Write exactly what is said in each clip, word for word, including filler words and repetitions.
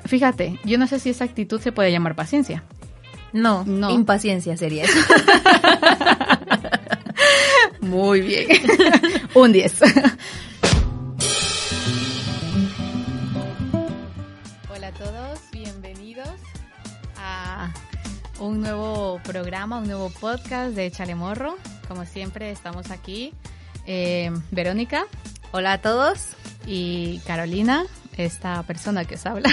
fíjate, yo no sé si esa actitud se puede llamar paciencia. No, no. Impaciencia sería eso. Muy bien. Un diez. Hola a todos, bienvenidos a un nuevo programa, un nuevo podcast de Échale Morro. Como siempre estamos aquí, eh, Verónica. Hola a todos. Y Carolina, esta persona que os habla.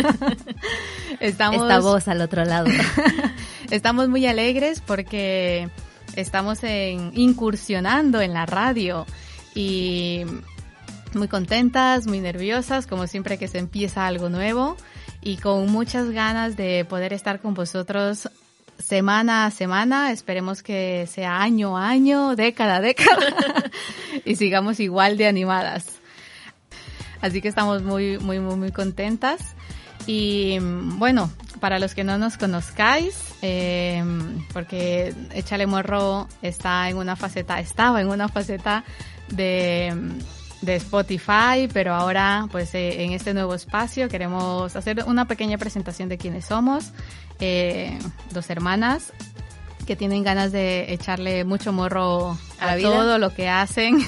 Estamos, esta voz al otro lado. Estamos muy alegres porque estamos en, incursionando en la radio y muy contentas, muy nerviosas, como siempre que se empieza algo nuevo y con muchas ganas de poder estar con vosotros semana a semana. Esperemos que sea año a año, década a década y sigamos igual de animadas. Así que estamos muy, muy, muy, muy contentas. Y bueno, para los que no nos conozcáis, eh, porque Échale Morro está en una faceta, estaba en una faceta de, de Spotify, pero ahora pues eh, en este nuevo espacio queremos hacer una pequeña presentación de quiénes somos. Eh, dos hermanas que tienen ganas de echarle mucho morro a, a la vida, todo lo que hacen.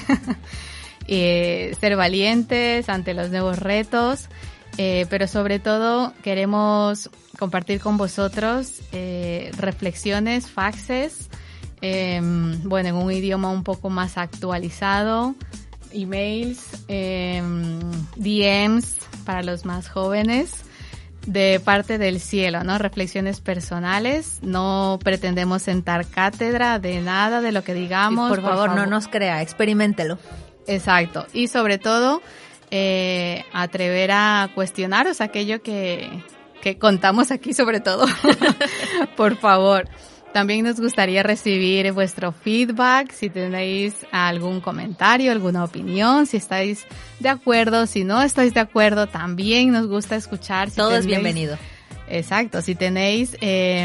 Eh, ser valientes ante los nuevos retos, eh, pero sobre todo queremos compartir con vosotros eh, reflexiones, faxes, eh, bueno, en un idioma un poco más actualizado, emails, eh, D Ms para los más jóvenes, de parte del cielo, ¿no? Reflexiones personales. No pretendemos sentar cátedra de nada de lo que digamos. Sí, por, por favor, favor, no nos crea, experiméntelo. Exacto, y sobre todo eh, atrever a cuestionaros aquello que, que contamos aquí sobre todo, por favor. También nos gustaría recibir vuestro feedback, si tenéis algún comentario, alguna opinión, si estáis de acuerdo, si no estáis de acuerdo, también nos gusta escuchar. Si todo tenéis, es bienvenido. Exacto, si tenéis eh,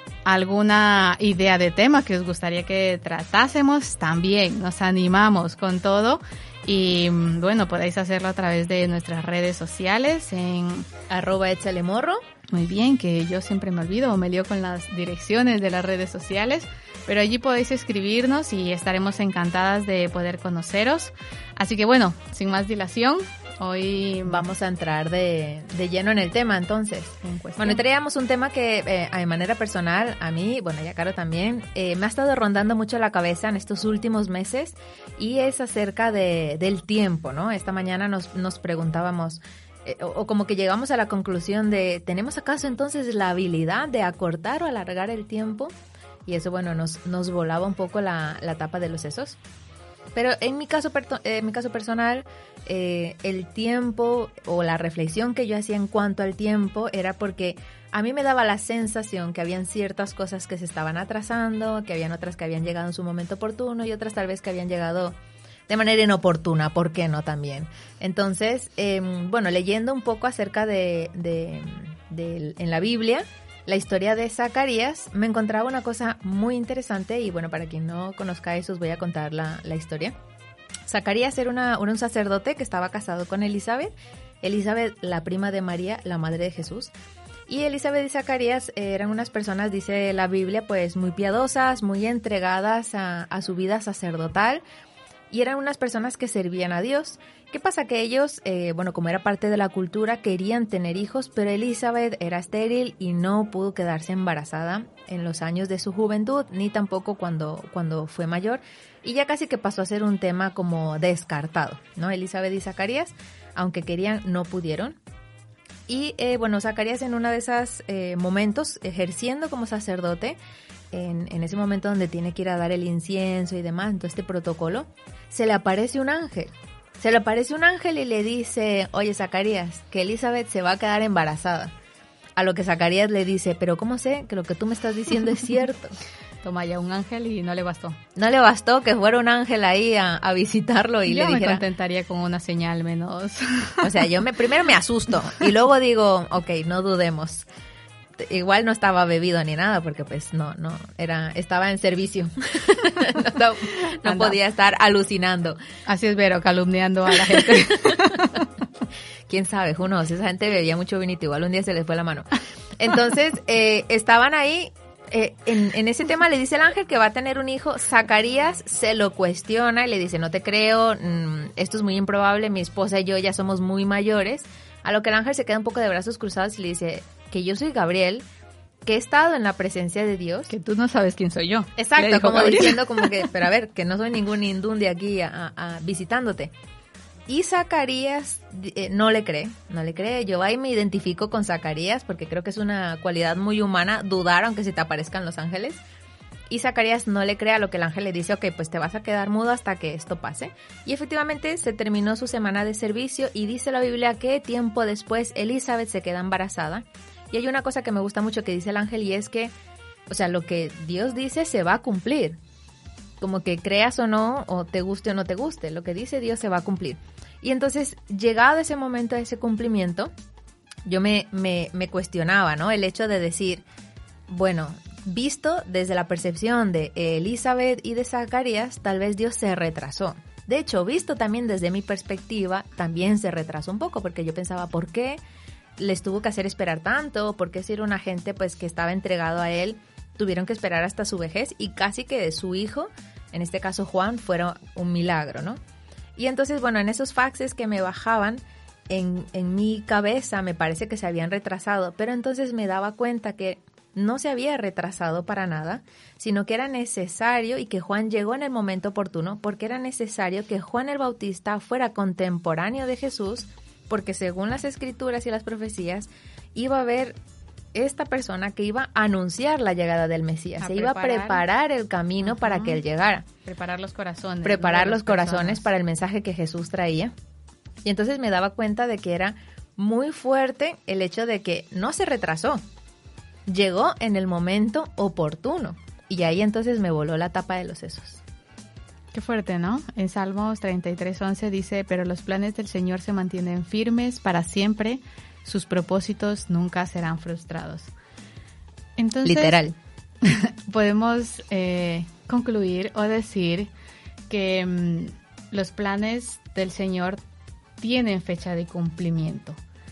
alguna idea de tema que os gustaría que tratásemos, también nos animamos con todo. Y bueno, podéis hacerlo a través de nuestras redes sociales en arroba Échale Morro. Muy bien, que yo siempre me olvido o me lío con las direcciones de las redes sociales, pero allí podéis escribirnos y estaremos encantadas de poder conoceros. Así que bueno, sin más dilación, hoy vamos a entrar de, de lleno en el tema entonces. Bueno, traíamos un tema que eh, de manera personal, a mí, bueno, y a Caro también, eh, me ha estado rondando mucho la cabeza en estos últimos meses y es acerca de, del tiempo, ¿no? Esta mañana nos, nos preguntábamos, eh, o, o como que llegamos a la conclusión de, ¿tenemos acaso entonces la habilidad de acortar o alargar el tiempo? Y eso, bueno, nos, nos volaba un poco la, la tapa de los sesos. Pero en mi caso, en mi caso personal, eh, el tiempo o la reflexión que yo hacía en cuanto al tiempo era porque a mí me daba la sensación que habían ciertas cosas que se estaban atrasando, que habían otras que habían llegado en su momento oportuno y otras tal vez que habían llegado de manera inoportuna, ¿por qué no también? Entonces, eh, bueno, leyendo un poco acerca de, de, de en la Biblia, la historia de Zacarías, me encontraba una cosa muy interesante y bueno, para quien no conozca eso os voy a contar la, la historia. Zacarías era, una, era un sacerdote que estaba casado con Elizabeth, Elizabeth la prima de María, la madre de Jesús, y Elizabeth y Zacarías eran unas personas, dice la Biblia, pues muy piadosas, muy entregadas a, a su vida sacerdotal y eran unas personas que servían a Dios. ¿Qué pasa? Que ellos, eh, bueno, como era parte de la cultura, querían tener hijos, pero Elizabeth era estéril y no pudo quedarse embarazada en los años de su juventud, ni tampoco cuando, cuando fue mayor, y ya casi que pasó a ser un tema como descartado, ¿no? Elizabeth y Zacarías, aunque querían, no pudieron. Y eh, bueno, Zacarías en uno de esos eh, momentos, ejerciendo como sacerdote, en, en ese momento donde tiene que ir a dar el incienso y demás, en todo este protocolo, se le aparece un ángel. Se le aparece un ángel y le dice, oye Zacarías, que Elizabeth se va a quedar embarazada. A lo que Zacarías le dice, pero ¿cómo sé que lo que tú me estás diciendo es cierto? Toma ya un ángel y no le bastó. No le bastó que fuera un ángel ahí a, a visitarlo y yo le dijera... Yo me contentaría con una señal menos. O sea, yo me primero me asusto y luego digo, ok, no dudemos. Igual no estaba bebido ni nada porque pues no, no, era, estaba en servicio. no no podía estar alucinando. Así es, Vero, calumniando a la gente. ¿Quién sabe? Who knows? Esa gente bebía mucho vinito, igual un día se les fue la mano. Entonces, eh, estaban ahí, eh, en, en ese tema le dice el ángel que va a tener un hijo. Zacarías se lo cuestiona y le dice, no te creo, mmm, esto es muy improbable, mi esposa y yo ya somos muy mayores. A lo que el ángel se queda un poco de brazos cruzados y le dice que yo soy Gabriel, que he estado en la presencia de Dios. Que tú no sabes quién soy yo. Exacto, como Gabriel. Diciendo como que, pero a ver, que no soy ningún hindú de aquí a, a, a visitándote. Y Zacarías eh, no le cree, no le cree. Yo ahí me identifico con Zacarías porque creo que es una cualidad muy humana, dudar aunque se te aparezcan los ángeles. Y Zacarías no le cree a lo que el ángel le dice, ok, pues te vas a quedar mudo hasta que esto pase. Y efectivamente se terminó su semana de servicio y dice la Biblia que tiempo después Elizabeth se queda embarazada. Y hay una cosa que me gusta mucho que dice el ángel y es que, o sea, lo que Dios dice se va a cumplir. Como que creas o no, o te guste o no te guste, lo que dice Dios se va a cumplir. Y entonces, llegado ese momento, a ese cumplimiento, yo me, me, me cuestionaba, ¿no? El hecho de decir, bueno, visto desde la percepción de Elizabeth y de Zacarías, tal vez Dios se retrasó. De hecho, visto también desde mi perspectiva, también se retrasó un poco, porque yo pensaba, ¿por qué les tuvo que hacer esperar tanto? ¿Por qué si era una gente pues que estaba entregado a él, tuvieron que esperar hasta su vejez? Y casi que de su hijo, en este caso Juan, fuera un milagro, ¿no? Y entonces, bueno, en esos faxes que me bajaban, en, en mi cabeza me parece que se habían retrasado, pero entonces me daba cuenta que no se había retrasado para nada, sino que era necesario y que Juan llegó en el momento oportuno, porque era necesario que Juan el Bautista fuera contemporáneo de Jesús, porque según las escrituras y las profecías, iba a haber esta persona que iba a anunciar la llegada del Mesías, a se preparar, iba a preparar el camino uh-huh. para que él llegara. Preparar los corazones. Preparar los corazones personas. Para el mensaje que Jesús traía. Y entonces me daba cuenta de que era muy fuerte el hecho de que no se retrasó, llegó en el momento oportuno. Y ahí entonces me voló la tapa de los sesos. Qué fuerte, ¿no? En Salmos treinta y tres, once dice, pero los planes del Señor se mantienen firmes para siempre, sus propósitos nunca serán frustrados. Entonces, literal. Podemos eh, concluir o decir que mmm, los planes del Señor tienen fecha de cumplimiento.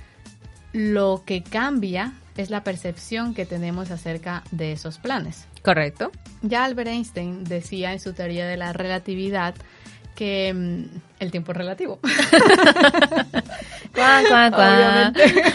Lo que cambia es la percepción que tenemos acerca de esos planes. Correcto. Ya Albert Einstein decía en su teoría de la relatividad que um, el tiempo es relativo. Cuá, cuá, cuá.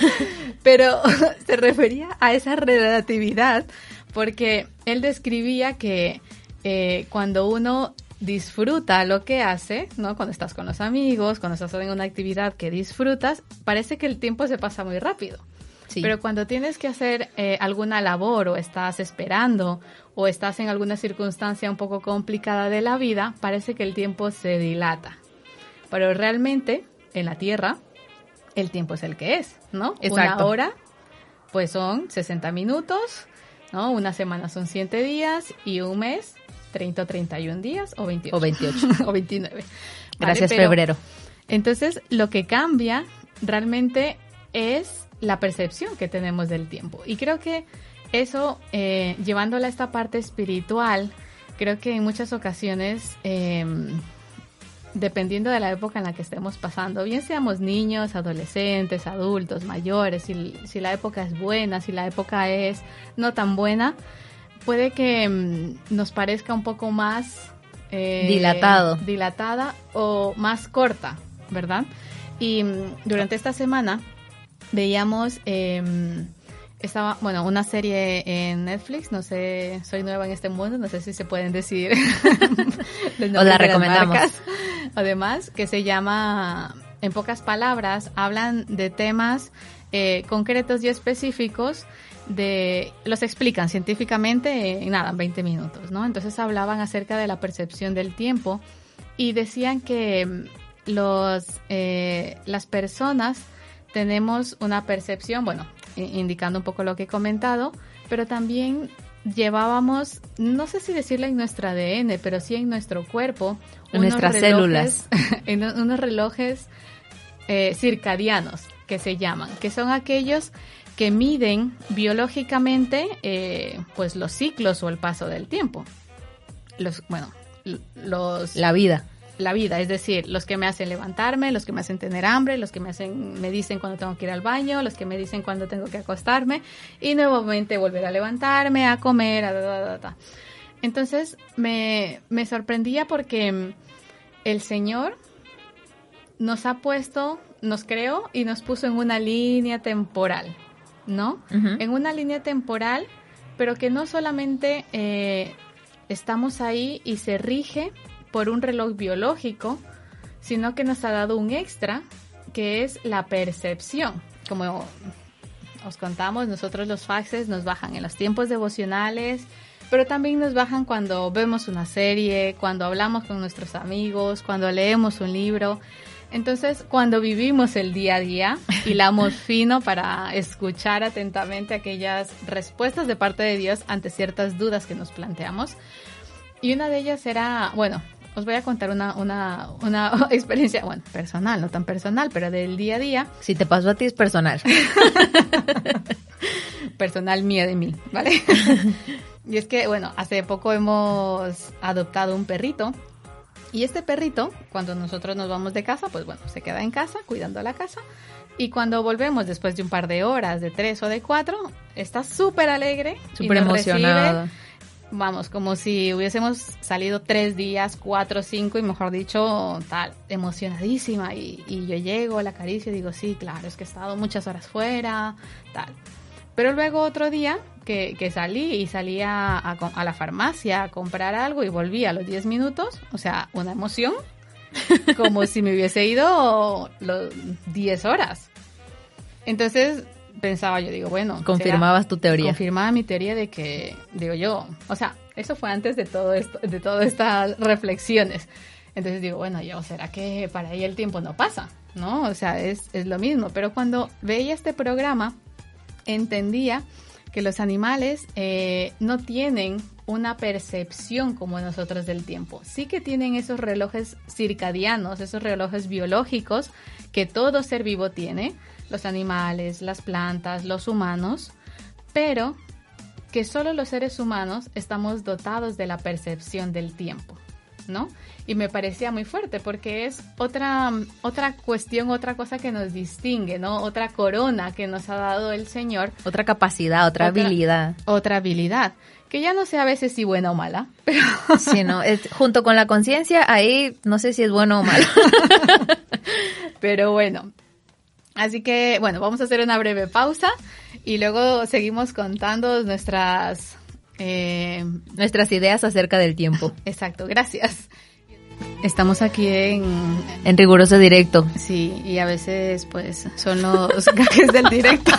Pero se refería a esa relatividad porque él describía que eh, cuando uno disfruta lo que hace, ¿no? Cuando estás con los amigos, cuando estás en una actividad que disfrutas, parece que el tiempo se pasa muy rápido. Sí. Pero cuando tienes que hacer eh, alguna labor o estás esperando o estás en alguna circunstancia un poco complicada de la vida, parece que el tiempo se dilata. Pero realmente, en la Tierra, el tiempo es el que es, ¿no? Exacto. Una hora, pues son sesenta minutos, ¿no? Una semana son siete días y un mes, treinta o treinta y un días o veintiocho. O veintiocho. O veintinueve. Gracias, ¿vale? Pero, febrero. Entonces, lo que cambia realmente es la percepción que tenemos del tiempo. Y creo que eso, eh, llevándola a esta parte espiritual, creo que en muchas ocasiones, eh, dependiendo de la época en la que estemos pasando, bien seamos niños, adolescentes, adultos, mayores, si, si la época es buena, si la época es no tan buena, puede que mm, nos parezca un poco más eh, dilatado, dilatada o más corta, ¿verdad? Y mm, durante esta semana veíamos, eh, estaba, bueno, una serie en Netflix, no sé, soy nueva en este mundo, no sé si se pueden decir los Os la recomendamos. Marcas, además, que se llama, en pocas palabras, hablan de temas eh, concretos y específicos, de los explican científicamente en nada, veinte minutos, ¿no? Entonces hablaban acerca de la percepción del tiempo y decían que los eh, las personas tenemos una percepción, bueno, indicando un poco lo que he comentado, pero también llevábamos, no sé si decirlo en nuestro A D N, pero sí en nuestro cuerpo, en nuestras relojes, células, en unos relojes eh, circadianos que se llaman, que son aquellos que miden biológicamente eh, pues los ciclos o el paso del tiempo. Los, bueno, los la vida. la vida, es decir, los que me hacen levantarme, los que me hacen tener hambre, los que me hacen, me dicen cuando tengo que ir al baño, los que me dicen cuando tengo que acostarme y nuevamente volver a levantarme, a comer, a da, da, da, da. Entonces me, me sorprendía porque el Señor nos ha puesto, nos creó y nos puso en una línea temporal, ¿no? Uh-huh. En una línea temporal, pero que no solamente eh, estamos ahí y se rige por un reloj biológico, sino que nos ha dado un extra, que es la percepción. Como os contamos, nosotros los faxes nos bajan en los tiempos devocionales, pero también nos bajan cuando vemos una serie, cuando hablamos con nuestros amigos, cuando leemos un libro. Entonces, cuando vivimos el día a día, hilamos fino para escuchar atentamente aquellas respuestas de parte de Dios ante ciertas dudas que nos planteamos. Y una de ellas era, bueno, os voy a contar una, una, una experiencia, bueno, personal, no tan personal, pero del día a día. Si te pasó a ti es personal. Personal mía de mí, ¿vale? Y es que, bueno, hace poco hemos adoptado un perrito. Y este perrito, cuando nosotros nos vamos de casa, pues bueno, se queda en casa, cuidando la casa. Y cuando volvemos después de un par de horas, de tres o de cuatro, está súper alegre. Súper emocionada. Recibe, vamos, como si hubiésemos salido tres días, cuatro, cinco y mejor dicho, tal, emocionadísima. Y, y yo llego, la acaricio y digo, sí, claro, es que he estado muchas horas fuera, tal. Pero luego otro día que, que salí y salí a, a, a la farmacia a comprar algo y volví a los diez minutos, o sea, una emoción, como si me hubiese ido los diez horas. Entonces pensaba yo, digo, bueno. Confirmabas tu teoría. Confirmaba mi teoría de que, digo yo, o sea, eso fue antes de todo esto, de todas estas reflexiones. Entonces digo, bueno, yo, ¿será que para ella el tiempo no pasa? ¿No? O sea, es, es lo mismo. Pero cuando veía este programa, entendía que los animales eh, no tienen una percepción como nosotros del tiempo. Sí que tienen esos relojes circadianos, esos relojes biológicos que todo ser vivo tiene, los animales, las plantas, los humanos, pero que solo los seres humanos estamos dotados de la percepción del tiempo, ¿no? Y me parecía muy fuerte porque es otra, otra cuestión, otra cosa que nos distingue, ¿no? Otra corona que nos ha dado el Señor. Otra capacidad, otra, otra habilidad. Otra habilidad, que ya no sé a veces si buena o mala. Pero sí, ¿no? Es, junto con la conciencia, ahí no sé si es bueno o malo. Pero bueno, así que, bueno, vamos a hacer una breve pausa y luego seguimos contando nuestras... Eh, nuestras ideas acerca del tiempo. Exacto, gracias. Estamos aquí en... En riguroso directo. Sí, y a veces pues son los gajes del directo.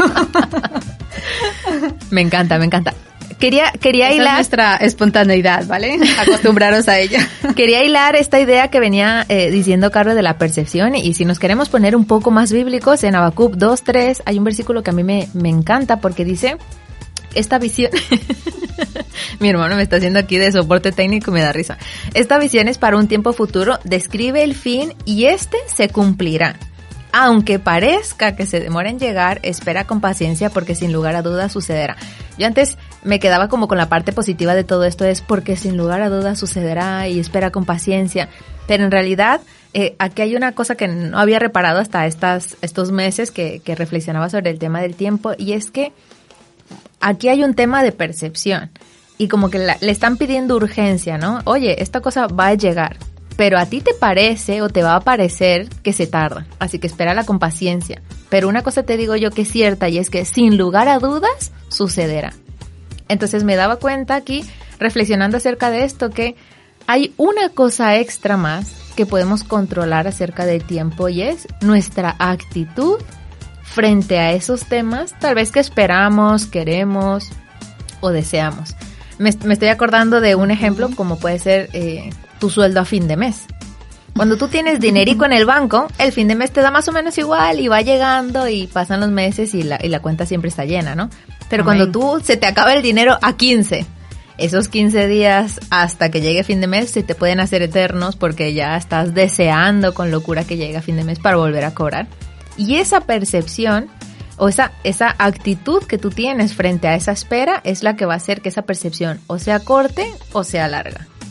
Me encanta, me encanta. Quería, quería Esa hilar... es nuestra espontaneidad, ¿vale? Acostumbraros a ella. Quería hilar esta idea que venía eh, diciendo Caro de la percepción, y si nos queremos poner un poco más bíblicos, en Habacuc dos tres hay un versículo que a mí me, me encanta porque dice... Esta visión, mi hermano me está haciendo aquí de soporte técnico y me da risa. Esta visión es para un tiempo futuro, describe el fin y este se cumplirá. Aunque parezca que se demora en llegar, espera con paciencia porque sin lugar a dudas sucederá. Yo antes me quedaba como con la parte positiva de todo esto, es porque sin lugar a dudas sucederá y espera con paciencia. Pero en realidad, eh, aquí hay una cosa que no había reparado hasta estas, estos meses que, que reflexionaba sobre el tema del tiempo, y es que aquí hay un tema de percepción y como que la, le están pidiendo urgencia, ¿no? Oye, esta cosa va a llegar, pero a ti te parece o te va a parecer que se tarda, así que espérala con paciencia. Pero una cosa te digo yo que es cierta y es que sin lugar a dudas sucederá. Entonces me daba cuenta aquí, reflexionando acerca de esto, que hay una cosa extra más que podemos controlar acerca del tiempo y es nuestra actitud frente a esos temas, tal vez que esperamos, queremos o deseamos. Me, me estoy acordando de un ejemplo como puede ser eh, tu sueldo a fin de mes. Cuando tú tienes dinerico en el banco, el fin de mes te da más o menos igual y va llegando y pasan los meses y la, y la cuenta siempre está llena, ¿no? Pero Amén. Cuando tú se te acaba el dinero a quince, esos quince días hasta que llegue fin de mes se te pueden hacer eternos porque ya estás deseando con locura que llegue a fin de mes para volver a cobrar. Y esa percepción o esa, esa actitud que tú tienes frente a esa espera es la que va a hacer que esa percepción o sea corte o sea larga.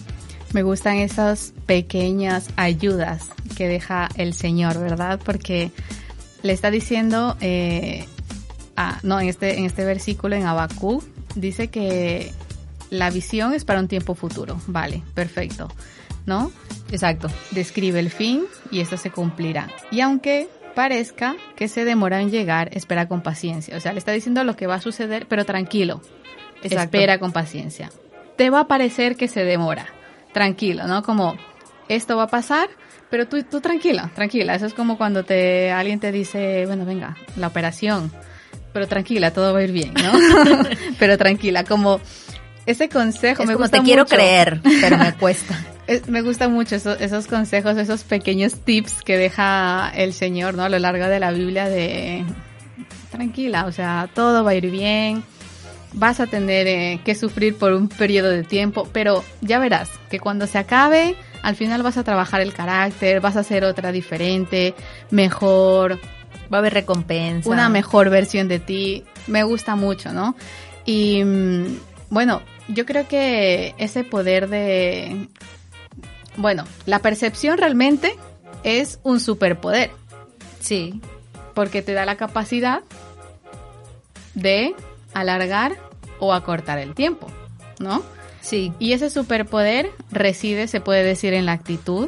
Me gustan esas pequeñas ayudas que deja el Señor, ¿verdad? Porque le está diciendo, eh, ah, no, en este, en este versículo en Habacuc, dice que la visión es para un tiempo futuro. Vale, perfecto, ¿no? Exacto. Describe el fin y esto se cumplirá. Y aunque parezca que se demora en llegar, espera con paciencia. O sea, le está diciendo lo que va a suceder, pero tranquilo. Exacto. Espera con paciencia. Te va a parecer que se demora. Tranquilo, ¿no? Como, esto va a pasar, pero tú, tú tranquila, tranquila. Eso es como cuando te alguien te dice, bueno, venga, la operación, pero tranquila, todo va a ir bien, ¿no? Pero tranquila, como ese consejo. Es me como gusta te quiero mucho. creer, pero me cuesta. Es, me gustan mucho esos, esos consejos, esos pequeños tips que deja el Señor, ¿no? A lo largo de la Biblia de, tranquila, o sea, todo va a ir bien. Vas a tener eh, que sufrir por un periodo de tiempo, pero ya verás que cuando se acabe, al final vas a trabajar el carácter, vas a ser otra diferente, mejor. Va a haber recompensa. Una mejor versión de ti. Me gusta mucho, ¿no? Y bueno, yo creo que ese poder de... Bueno, la percepción realmente es un superpoder. Sí. Porque te da la capacidad de alargar o acortar el tiempo, ¿no? Sí. Y ese superpoder reside, se puede decir, en la actitud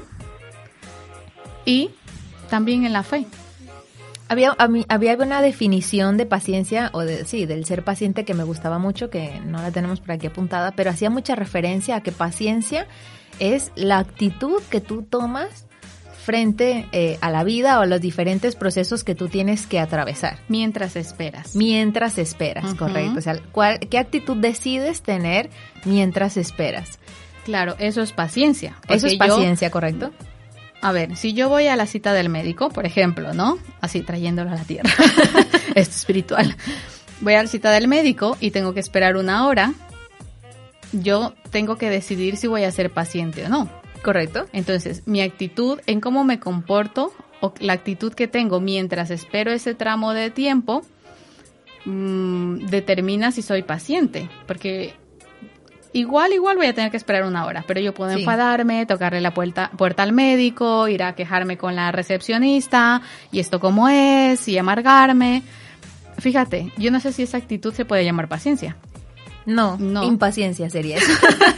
y también en la fe. Había, a mí, había una definición de paciencia, o de, sí, del ser paciente que me gustaba mucho, que no la tenemos por aquí apuntada, pero hacía mucha referencia a que paciencia es la actitud que tú tomas frente eh, a la vida o a los diferentes procesos que tú tienes que atravesar. Mientras esperas. Mientras esperas, uh-huh. Correcto. O sea, ¿cuál, ¿qué actitud decides tener mientras esperas? Claro, eso es paciencia. Eso es paciencia, yo, ¿correcto? A ver, si yo voy a la cita del médico, por ejemplo, ¿no? Así, trayéndolo a la tierra. Esto es espiritual. Voy a la cita del médico y tengo que esperar una hora. Yo tengo que decidir si voy a ser paciente o no. Correcto. Entonces, mi actitud en cómo me comporto o la actitud que tengo mientras espero ese tramo de tiempo mmm, determina si soy paciente. Porque igual, igual voy a tener que esperar una hora, pero yo puedo sí. enfadarme, tocarle la puerta, puerta al médico, ir a quejarme con la recepcionista, y esto cómo es, y amargarme. Fíjate, yo no sé si esa actitud se puede llamar paciencia. No, no. Impaciencia sería eso.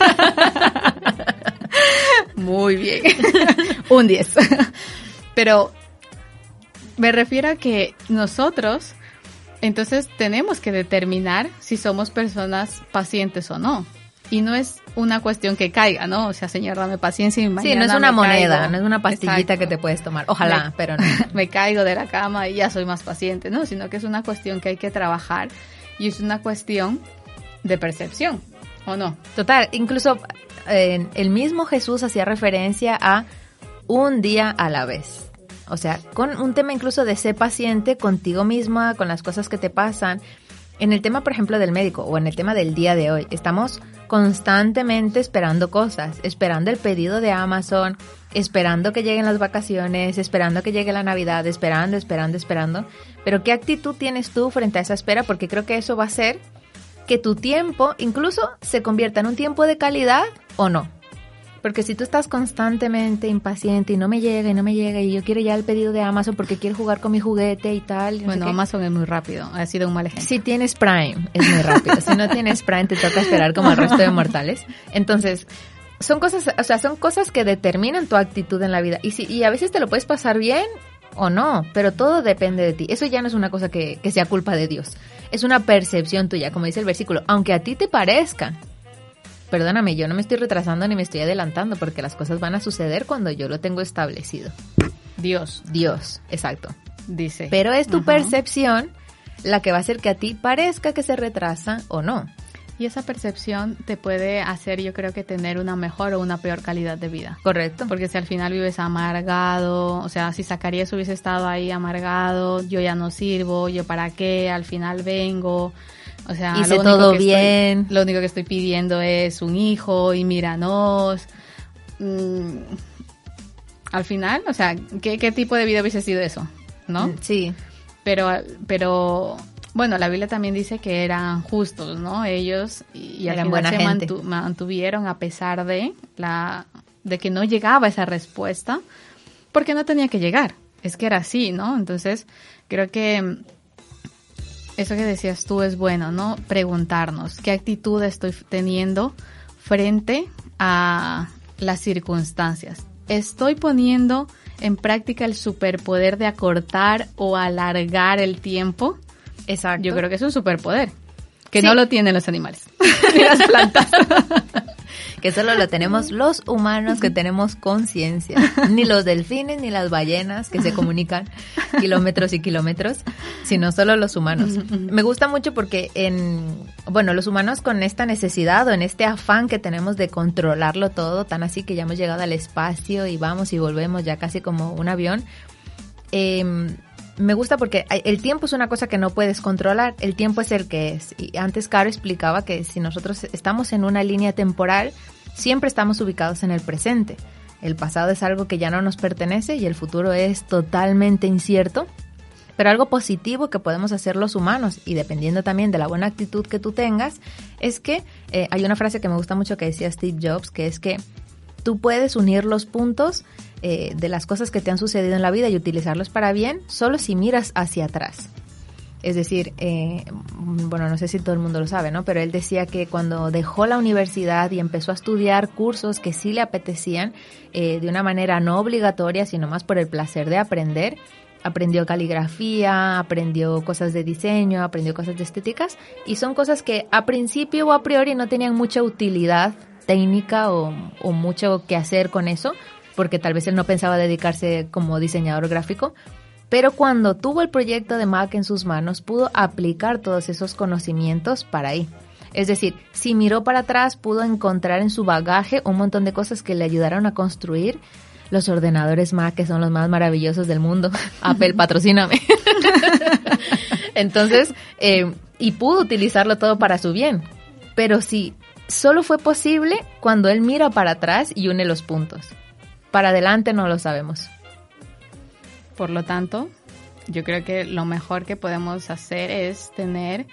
Muy bien. Un diez. Pero me refiero a que nosotros entonces tenemos que determinar si somos personas pacientes o no. Y no es una cuestión que caiga, ¿no? O sea, Señor, dame paciencia y mañana sí, no es una moneda, caigo. No es una pastillita Exacto. Que te puedes tomar. Ojalá, me, pero no. Me caigo de la cama y ya soy más paciente, ¿no? Sino que es una cuestión que hay que trabajar y es una cuestión de percepción, ¿o no? Total, incluso eh, el mismo Jesús hacía referencia a un día a la vez. O sea, con un tema incluso de ser paciente contigo misma, con las cosas que te pasan. En el tema, por ejemplo, del médico o en el tema del día de hoy, estamos constantemente esperando cosas, esperando el pedido de Amazon, esperando que lleguen las vacaciones, esperando que llegue la Navidad, esperando, esperando, esperando. Pero ¿qué actitud tienes tú frente a esa espera? Porque creo que eso va a hacer que tu tiempo incluso se convierta en un tiempo de calidad o no. Porque si tú estás constantemente impaciente y no me llega y no me llega y yo quiero ya el pedido de Amazon porque quiero jugar con mi juguete y tal. No bueno, Amazon es muy rápido, ha sido un mal ejemplo. Si tienes Prime, es muy rápido. Si no tienes Prime, te toca esperar como el resto de mortales. Entonces, son cosas, o sea, son cosas que determinan tu actitud en la vida. Y, si, y a veces te lo puedes pasar bien o no, pero todo depende de ti. Eso ya no es una cosa que, que sea culpa de Dios. Es una percepción tuya, como dice el versículo. Aunque a ti te parezca. Perdóname, yo no me estoy retrasando ni me estoy adelantando porque las cosas van a suceder cuando yo lo tengo establecido. Dios. Dios, exacto. Dice. Pero es tu uh-huh. percepción la que va a hacer que a ti parezca que se retrasa o no. Y esa percepción te puede hacer, yo creo que tener una mejor o una peor calidad de vida. Correcto. Porque si al final vives amargado, o sea, si Zacarías hubiese estado ahí amargado, yo ya no sirvo, yo para qué, al final vengo... O sea, hice lo único todo que bien. Estoy, lo único que estoy pidiendo es un hijo y míranos. Mm, al final, o sea, ¿qué, qué tipo de vida hubiese sido eso? ¿No? Sí. Pero, pero bueno, la Biblia también dice que eran justos, ¿no? Ellos y, y al eran final buena se gente. mantu- mantuvieron a pesar de la de que no llegaba esa respuesta, porque no tenía que llegar. Es que era así, ¿no? Entonces, creo que eso que decías tú es bueno, ¿no? Preguntarnos qué actitud estoy teniendo frente a las circunstancias. ¿Estoy poniendo en práctica el superpoder de acortar o alargar el tiempo? Exacto. Yo creo que es un superpoder que Sí. no lo tienen los animales ni las plantas. Que solo lo tenemos los humanos que tenemos conciencia. Ni los delfines ni las ballenas que se comunican kilómetros y kilómetros, sino solo los humanos. Me gusta mucho porque en, bueno, los humanos con esta necesidad o en este afán que tenemos de controlarlo todo, tan así que ya hemos llegado al espacio y vamos y volvemos ya casi como un avión, eh, me gusta porque el tiempo es una cosa que no puedes controlar, el tiempo es el que es. Y antes Caro explicaba que si nosotros estamos en una línea temporal, siempre estamos ubicados en el presente. El pasado es algo que ya no nos pertenece y el futuro es totalmente incierto. Pero algo positivo que podemos hacer los humanos, y dependiendo también de la buena actitud que tú tengas, es que eh, hay una frase que me gusta mucho que decía Steve Jobs, que es que tú puedes unir los puntos eh, de las cosas que te han sucedido en la vida y utilizarlos para bien solo si miras hacia atrás. Es decir, eh, bueno, no sé si todo el mundo lo sabe, ¿no? Pero él decía que cuando dejó la universidad y empezó a estudiar cursos que sí le apetecían, eh, de una manera no obligatoria, sino más por el placer de aprender, aprendió caligrafía, aprendió cosas de diseño, aprendió cosas de estéticas, y son cosas que a principio o a priori no tenían mucha utilidad técnica o, o mucho que hacer con eso, porque tal vez él no pensaba dedicarse como diseñador gráfico, pero cuando tuvo el proyecto de Mac en sus manos, pudo aplicar todos esos conocimientos para ahí. Es decir, si miró para atrás, pudo encontrar en su bagaje un montón de cosas que le ayudaron a construir los ordenadores Mac, que son los más maravillosos del mundo. Apple, patrocíname. Entonces, eh, y pudo utilizarlo todo para su bien. Pero sí, solo fue posible cuando él mira para atrás y une los puntos. Para adelante no lo sabemos. Por lo tanto, yo creo que lo mejor que podemos hacer es tener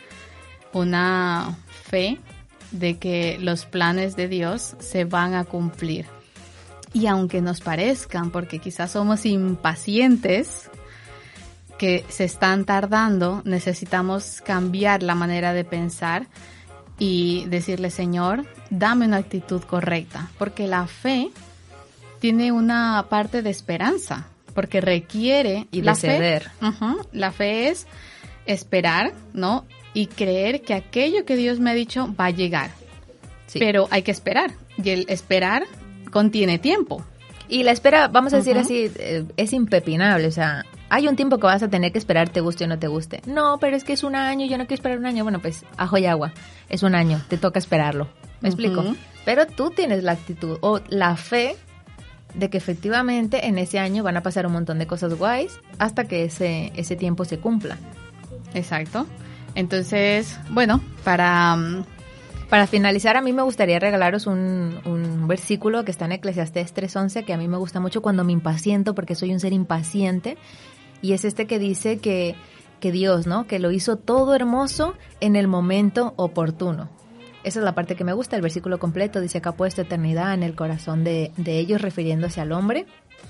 una fe de que los planes de Dios se van a cumplir. Y aunque nos parezcan, porque quizás somos impacientes, que se están tardando, necesitamos cambiar la manera de pensar y decirle, Señor, dame una actitud correcta, porque la fe tiene una parte de esperanza, porque requiere y de la ceder. Fe, uh-huh, la fe es esperar, ¿no? Y creer que aquello que Dios me ha dicho va a llegar. Sí. Pero hay que esperar, y el esperar contiene tiempo. Y la espera, vamos a decir uh-huh. así, eh, es impepinable, o sea, hay un tiempo que vas a tener que esperar, te guste o no te guste. No, pero es que es un año, yo no quiero esperar un año. Bueno, pues, ajo y agua, es un año, te toca esperarlo. ¿Me uh-huh. explico? Pero tú tienes la actitud o la fe de que efectivamente en ese año van a pasar un montón de cosas guays hasta que ese, ese tiempo se cumpla. Exacto. Entonces, bueno, para... Um, Para finalizar, a mí me gustaría regalaros un, un versículo que está en Eclesiastés tres once, que a mí me gusta mucho cuando me impaciento, porque soy un ser impaciente, y es este que dice que, que Dios, ¿no? Que lo hizo todo hermoso en el momento oportuno. Esa es la parte que me gusta, el versículo completo dice que ha puesto eternidad en el corazón de, de ellos, refiriéndose al hombre,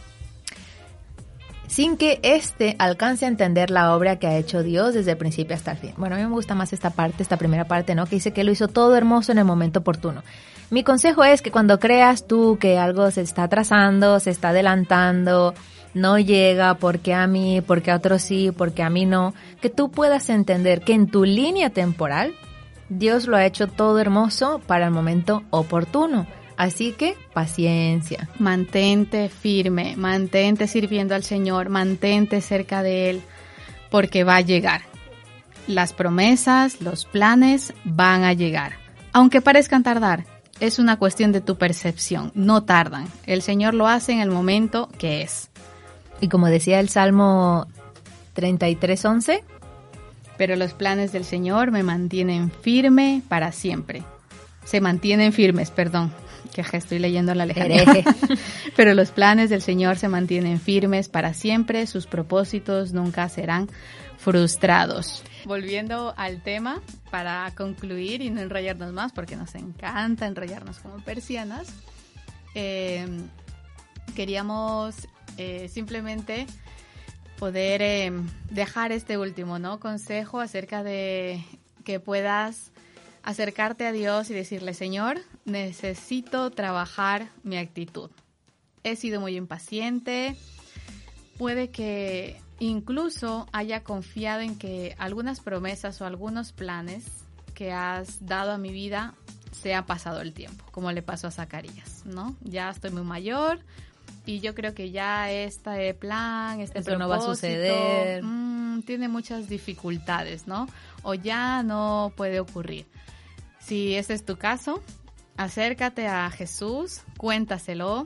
sin que éste alcance a entender la obra que ha hecho Dios desde el principio hasta el fin. Bueno, a mí me gusta más esta parte, esta primera parte, ¿no? Que dice que lo hizo todo hermoso en el momento oportuno. Mi consejo es que cuando creas tú que algo se está atrasando, se está adelantando, no llega, porque a mí, porque a otros sí, porque a mí no, que tú puedas entender que en tu línea temporal, Dios lo ha hecho todo hermoso para el momento oportuno. Así que, paciencia. Mantente firme, mantente sirviendo al Señor, mantente cerca de Él, porque va a llegar. Las promesas, los planes van a llegar. Aunque parezcan tardar, es una cuestión de tu percepción, no tardan. El Señor lo hace en el momento que es. Y como decía el Salmo treinta y tres once, pero los planes del Señor me mantienen firme para siempre. Se mantienen firmes, perdón. Que estoy leyendo la lejanía. Pero los planes del Señor se mantienen firmes para siempre, sus propósitos nunca serán frustrados. Volviendo al tema, para concluir y no enrollarnos más, porque nos encanta enrollarnos como persianas, eh, queríamos eh, simplemente poder eh, dejar este último, ¿no? consejo acerca de que puedas acercarte a Dios y decirle, Señor, necesito trabajar mi actitud. He sido muy impaciente, puede que incluso haya confiado en que algunas promesas o algunos planes que has dado a mi vida se ha pasado el tiempo, como le pasó a Zacarías, ¿no? Ya estoy muy mayor y yo creo que ya este plan, este Eso propósito, no va a suceder. Mmm, tiene muchas dificultades, ¿no? O ya no puede ocurrir. Si ese es tu caso, acércate a Jesús, cuéntaselo.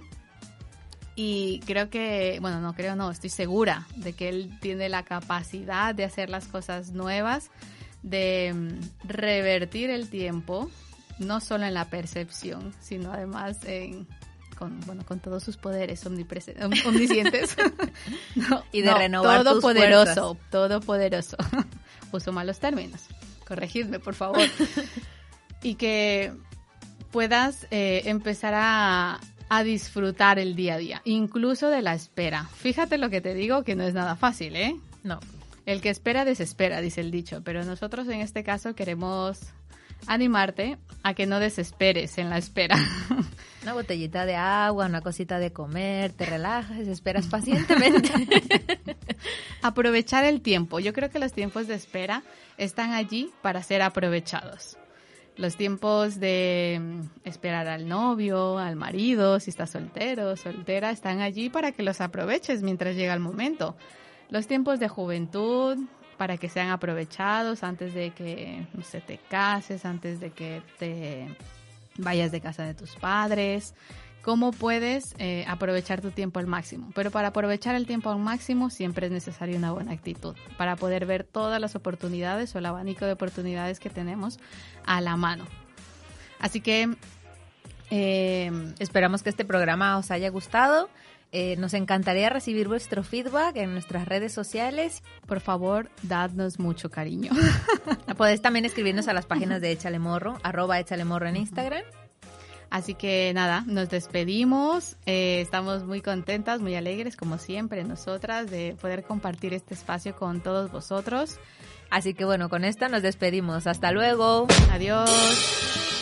Y creo que, bueno, no creo, no, estoy segura de que Él tiene la capacidad de hacer las cosas nuevas, de um, revertir el tiempo, no solo en la percepción, sino además en, con, bueno, con todos sus poderes omnipres- om- omniscientes. no, y de no, renovar tus todopoderoso, fuerzas. Todopoderoso. Uso malos términos. Corregidme, por favor. Y que puedas eh, empezar a... a disfrutar el día a día, incluso de la espera. Fíjate lo que te digo, que no es nada fácil, ¿eh? No. El que espera desespera, dice el dicho, pero nosotros en este caso queremos animarte a que no desesperes en la espera. Una botellita de agua, una cosita de comer, te relajas, esperas pacientemente. Aprovechar el tiempo. Yo creo que los tiempos de espera están allí para ser aprovechados. Los tiempos de esperar al novio, al marido, si estás soltero, soltera, están allí para que los aproveches mientras llega el momento. Los tiempos de juventud, para que sean aprovechados antes de que, no sé, te cases, antes de que te vayas de casa de tus padres. ¿Cómo puedes eh, aprovechar tu tiempo al máximo? Pero para aprovechar el tiempo al máximo siempre es necesaria una buena actitud para poder ver todas las oportunidades o el abanico de oportunidades que tenemos a la mano. Así que eh, esperamos que este programa os haya gustado. Eh, nos encantaría recibir vuestro feedback en nuestras redes sociales. Por favor, dadnos mucho cariño. Podéis también escribirnos a las páginas de Échale Morro, arroba Échale Morro en Instagram. Así que nada, nos despedimos. Eh, estamos muy contentas, muy alegres, como siempre, nosotras, de poder compartir este espacio con todos vosotros. Así que bueno, con esta nos despedimos. Hasta luego. Adiós.